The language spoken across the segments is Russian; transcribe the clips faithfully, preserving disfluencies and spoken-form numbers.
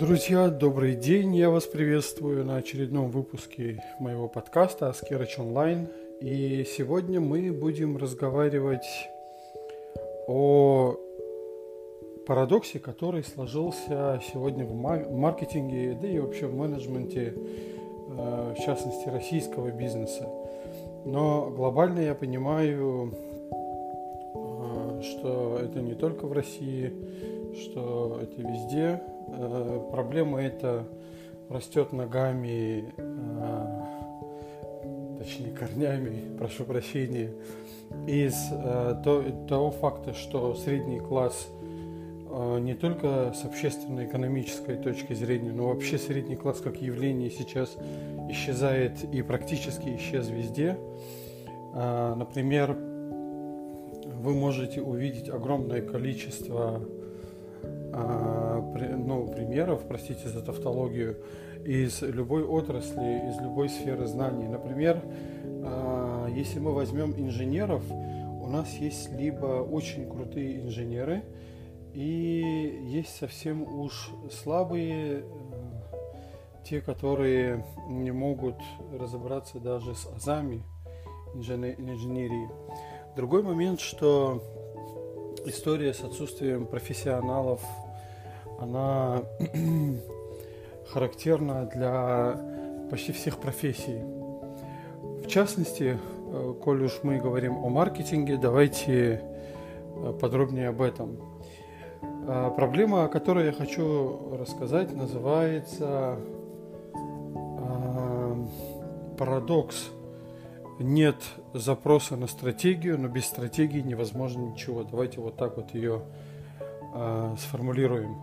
Друзья, добрый день! Я вас приветствую на очередном выпуске моего подкаста Аскерыч Онлайн. И сегодня мы будем разговаривать о парадоксе, который сложился сегодня в маркетинге, да и вообще в менеджменте, в частности российского бизнеса. Но глобально я понимаю, что это не только в России, что это везде. Проблема эта растет ногами, точнее корнями, прошу прощения, из того факта, что средний класс не только с общественно-экономической точки зрения, но вообще средний класс как явление сейчас исчезает и практически исчез везде. Например, вы можете увидеть огромное количество ну, примеров, простите за тавтологию, из любой отрасли, из любой сферы знаний. Например, если мы возьмем инженеров, у нас есть либо очень крутые инженеры, и есть совсем уж слабые, те, которые не могут разобраться даже с азами инженерии. Другой момент, что история с отсутствием профессионалов, она характерна для почти всех профессий. В частности, коль уж мы говорим о маркетинге, давайте подробнее об этом. Проблема, о которой я хочу рассказать, называется парадокс. Нет запроса на стратегию, но без стратегии невозможно ничего. Давайте вот так вот ее э, сформулируем.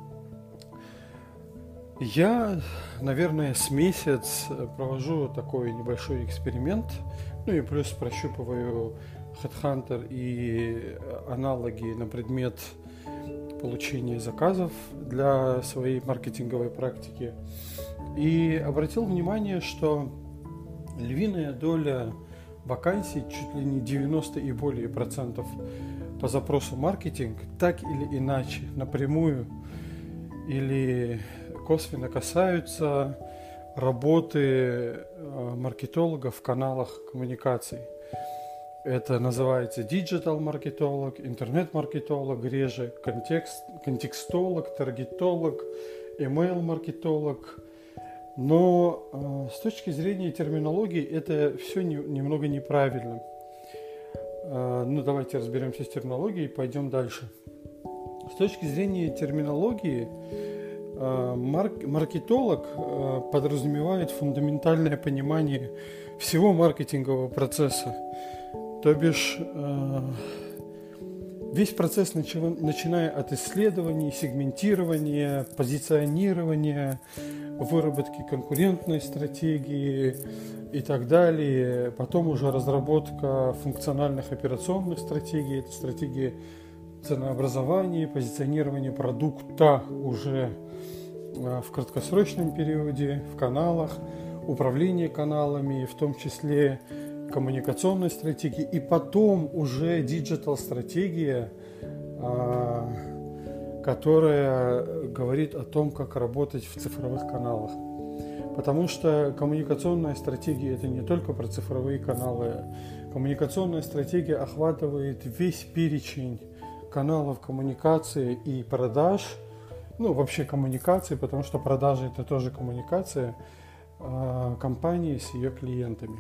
Я, наверное, с месяц провожу такой небольшой эксперимент, ну и плюс прощупываю HeadHunter и аналоги на предмет получения заказов для своей маркетинговой практики. И обратил внимание, что львиная доля вакансий, чуть ли не девяносто и более процентов по запросу маркетинг, так или иначе, напрямую или косвенно касаются работы маркетологов в каналах коммуникаций. Это называется диджитал-маркетолог, интернет-маркетолог, реже контекст, контекстолог, таргетолог, email-маркетолог. Но э, с точки зрения терминологии это все не, немного неправильно. Э, ну, давайте разберемся с терминологией и пойдем дальше. С точки зрения терминологии, э, марк, маркетолог э, подразумевает фундаментальное понимание всего маркетингового процесса. То бишь, э, весь процесс, начиная от исследований, сегментирования, позиционирования, выработки конкурентной стратегии и так далее. Потом уже разработка функциональных операционных стратегий. Это стратегии ценообразования, позиционирования продукта уже в краткосрочном периоде, в каналах, управление каналами, в том числе коммуникационной стратегии. И потом уже диджитал-стратегия, которая говорит о том, как работать в цифровых каналах. Потому что коммуникационная стратегия – это не только про цифровые каналы. Коммуникационная стратегия охватывает весь перечень каналов коммуникации и продаж, ну вообще коммуникации, потому что продажи – это тоже коммуникация компании с ее клиентами.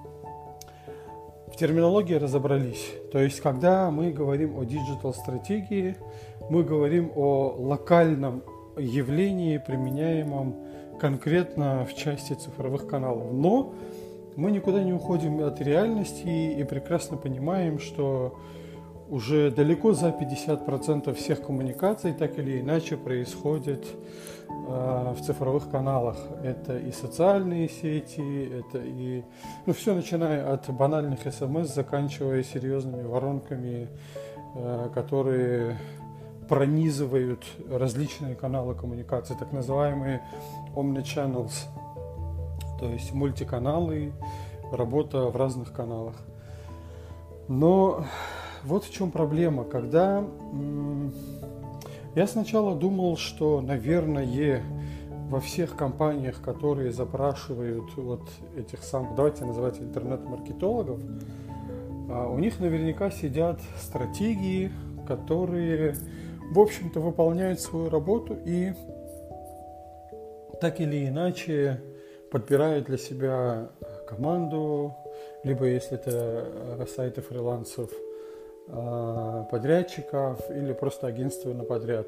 В терминологии разобрались. То есть, когда мы говорим о диджитал-стратегии, мы говорим о локальном явлении, применяемом конкретно в части цифровых каналов. Но мы никуда не уходим от реальности и прекрасно понимаем, что уже далеко за пятьдесят процентов всех коммуникаций так или иначе происходит э, в цифровых каналах. Это и социальные сети, это и ну, все, начиная от банальных эс эм эс, заканчивая серьезными воронками, э, которые пронизывают различные каналы коммуникации, так называемые omnichannels, то есть мультиканалы, работа в разных каналах. Но вот в чем проблема, когда м- Я сначала думал, что, наверное, во всех компаниях, которые запрашивают вот этих самых, давайте называть интернет-маркетологов, у них наверняка сидят стратегии, которые, в общем-то, выполняют свою работу и так или иначе подбирают для себя команду, либо если это сайты фрилансов, подрядчиков или просто агентство на подряд.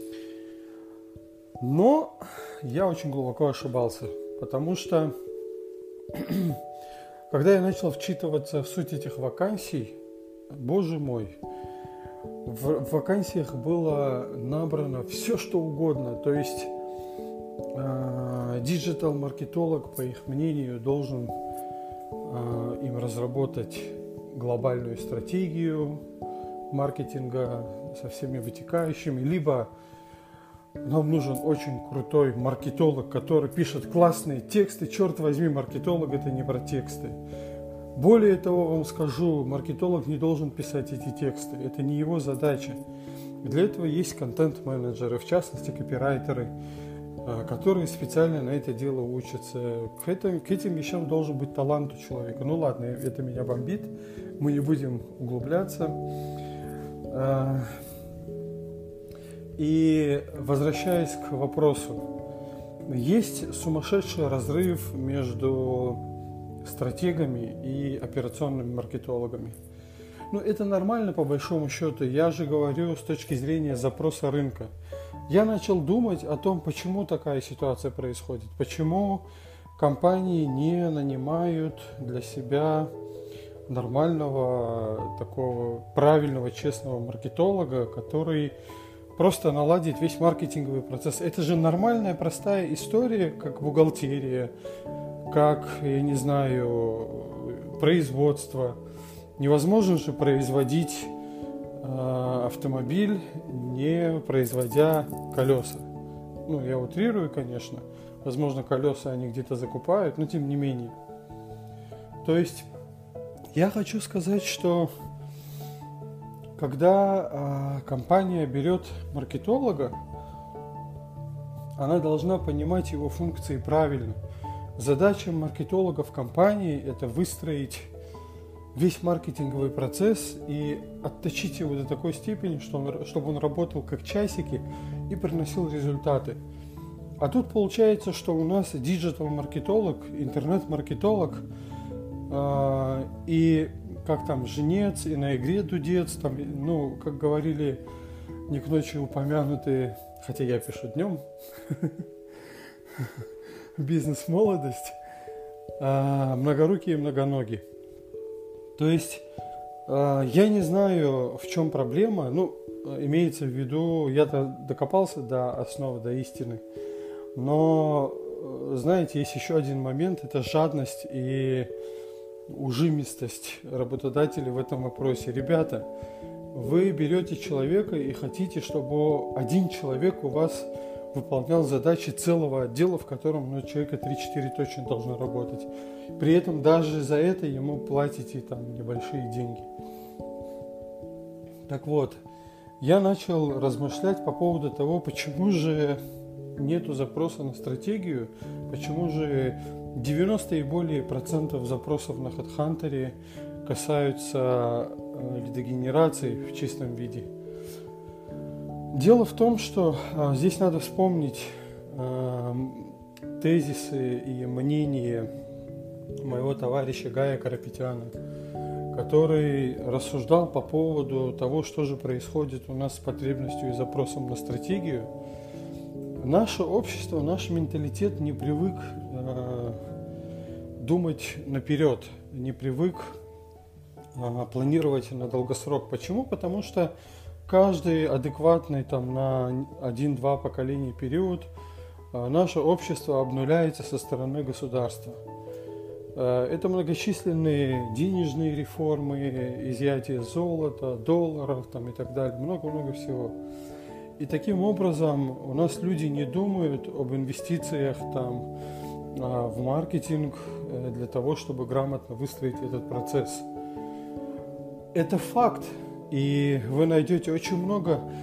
Но я очень глубоко ошибался, потому что когда я начал вчитываться в суть этих вакансий, боже мой, в вакансиях было набрано все, что угодно. То есть диджитал-маркетолог, по их мнению, должен э, им разработать глобальную стратегию маркетинга со всеми вытекающими, либо нам нужен очень крутой маркетолог, который пишет классные тексты. Черт возьми, маркетолог — это не про тексты. Более того, вам скажу, маркетолог не должен писать эти тексты. Это не его задача. Для этого есть контент-менеджеры, в частности, копирайтеры, которые специально на это дело учатся. К этим, к этим вещам должен быть талант у человека. Ну ладно, это меня бомбит. Мы не будем углубляться. И возвращаясь к вопросу, есть сумасшедший разрыв между стратегами и операционными маркетологами. Ну, это нормально по большому счету. Я же говорю с точки зрения запроса рынка. Я начал думать о том, почему такая ситуация происходит, почему компании не нанимают для себя нормального, такого правильного, честного маркетолога, который просто наладит весь маркетинговый процесс. Это же нормальная, простая история, как бухгалтерия, как, я не знаю, производство. Невозможно же производить э, автомобиль, не производя колеса. Ну, я утрирую, конечно. Возможно, колеса они где-то закупают, но тем не менее. То есть, я хочу сказать, что когда э, компания берет маркетолога, она должна понимать его функции правильно. Задача маркетолога в компании – это выстроить весь маркетинговый процесс и отточить его до такой степени, что он, чтобы он работал как часики и приносил результаты. А тут получается, что у нас диджитал-маркетолог, интернет-маркетолог э, и как там жнец, и на игре дудец, там, ну, как говорили, не к ночи упомянутые, хотя я пишу днем, бизнес-молодость, многорукие и многоногие. То есть я не знаю, в чем проблема, ну, имеется в виду, я-то докопался до основы, до истины, но, знаете, есть еще один момент, это жадность и ужимистость работодателей в этом вопросе. Ребята, вы берете человека и хотите, чтобы один человек у вас выполнял задачи целого отдела, в котором ну, человека три-четыре точно должно работать. При этом даже за это ему платите там небольшие деньги. Так вот, я начал размышлять по поводу того, почему же нету запроса на стратегию, почему же девяносто и более процентов запросов на HeadHunter касаются э, лидогенерации в чистом виде. Дело в том, что э, здесь надо вспомнить э, тезисы и мнения моего товарища Гая Карапетяна, который рассуждал по поводу того, что же происходит у нас с потребностью и запросом на стратегию. Наше общество, наш менталитет не привык э, думать наперед, не привык э, планировать на долгосрок. Почему? Потому что каждый адекватный там, на один-два поколения период э, наше общество обнуляется со стороны государства. Э, это многочисленные денежные реформы, изъятие золота, долларов там, и так далее, много-много всего. И таким образом у нас люди не думают об инвестициях там, в маркетинг для того, чтобы грамотно выстроить этот процесс. Это факт. И вы найдете очень много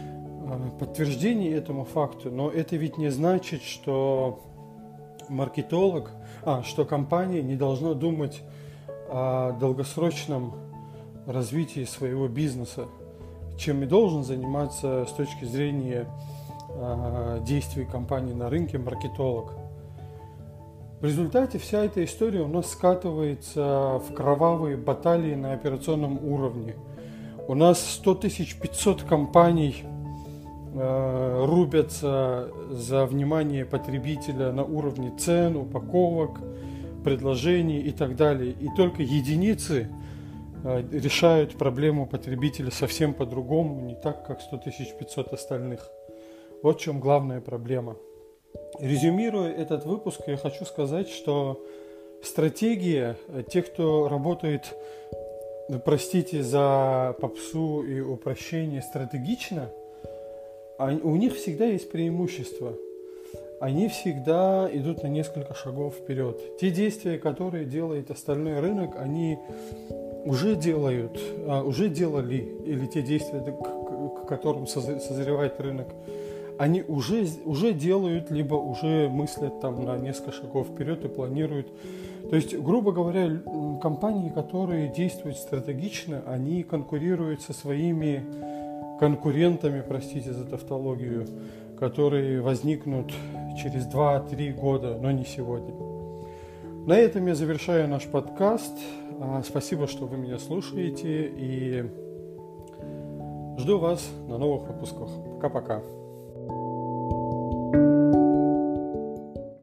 подтверждений этому факту, но это ведь не значит, что маркетолог, а, что компания не должна думать о долгосрочном развитии своего бизнеса, чем и должен заниматься с точки зрения э, действий компании на рынке маркетолог. В результате вся эта история у нас скатывается в кровавые баталии на операционном уровне. У нас сто тысяч пятьсот компаний э, рубятся за внимание потребителя на уровне цен, упаковок, предложений и так далее. И только единицы э, решают проблему потребителя совсем по-другому, не так, как сто тысяч пятьсот остальных. Вот в чем главная проблема. Резюмируя этот выпуск, я хочу сказать, что стратегия тех, кто работает, простите за попсу и упрощение, стратегично, у них всегда есть преимущество. Они всегда идут на несколько шагов вперед. Те действия, которые делает остальной рынок, они уже делают, уже делали, или те действия, к которым созревает рынок, они уже, уже делают, либо уже мыслят там на несколько шагов вперед и планируют. То есть, грубо говоря, компании, которые действуют стратегично, они конкурируют со своими конкурентами, простите за тавтологию, которые возникнут через два-три года, но не сегодня. На этом я завершаю наш подкаст. Спасибо, что вы меня слушаете, и жду вас на новых выпусках. Пока-пока.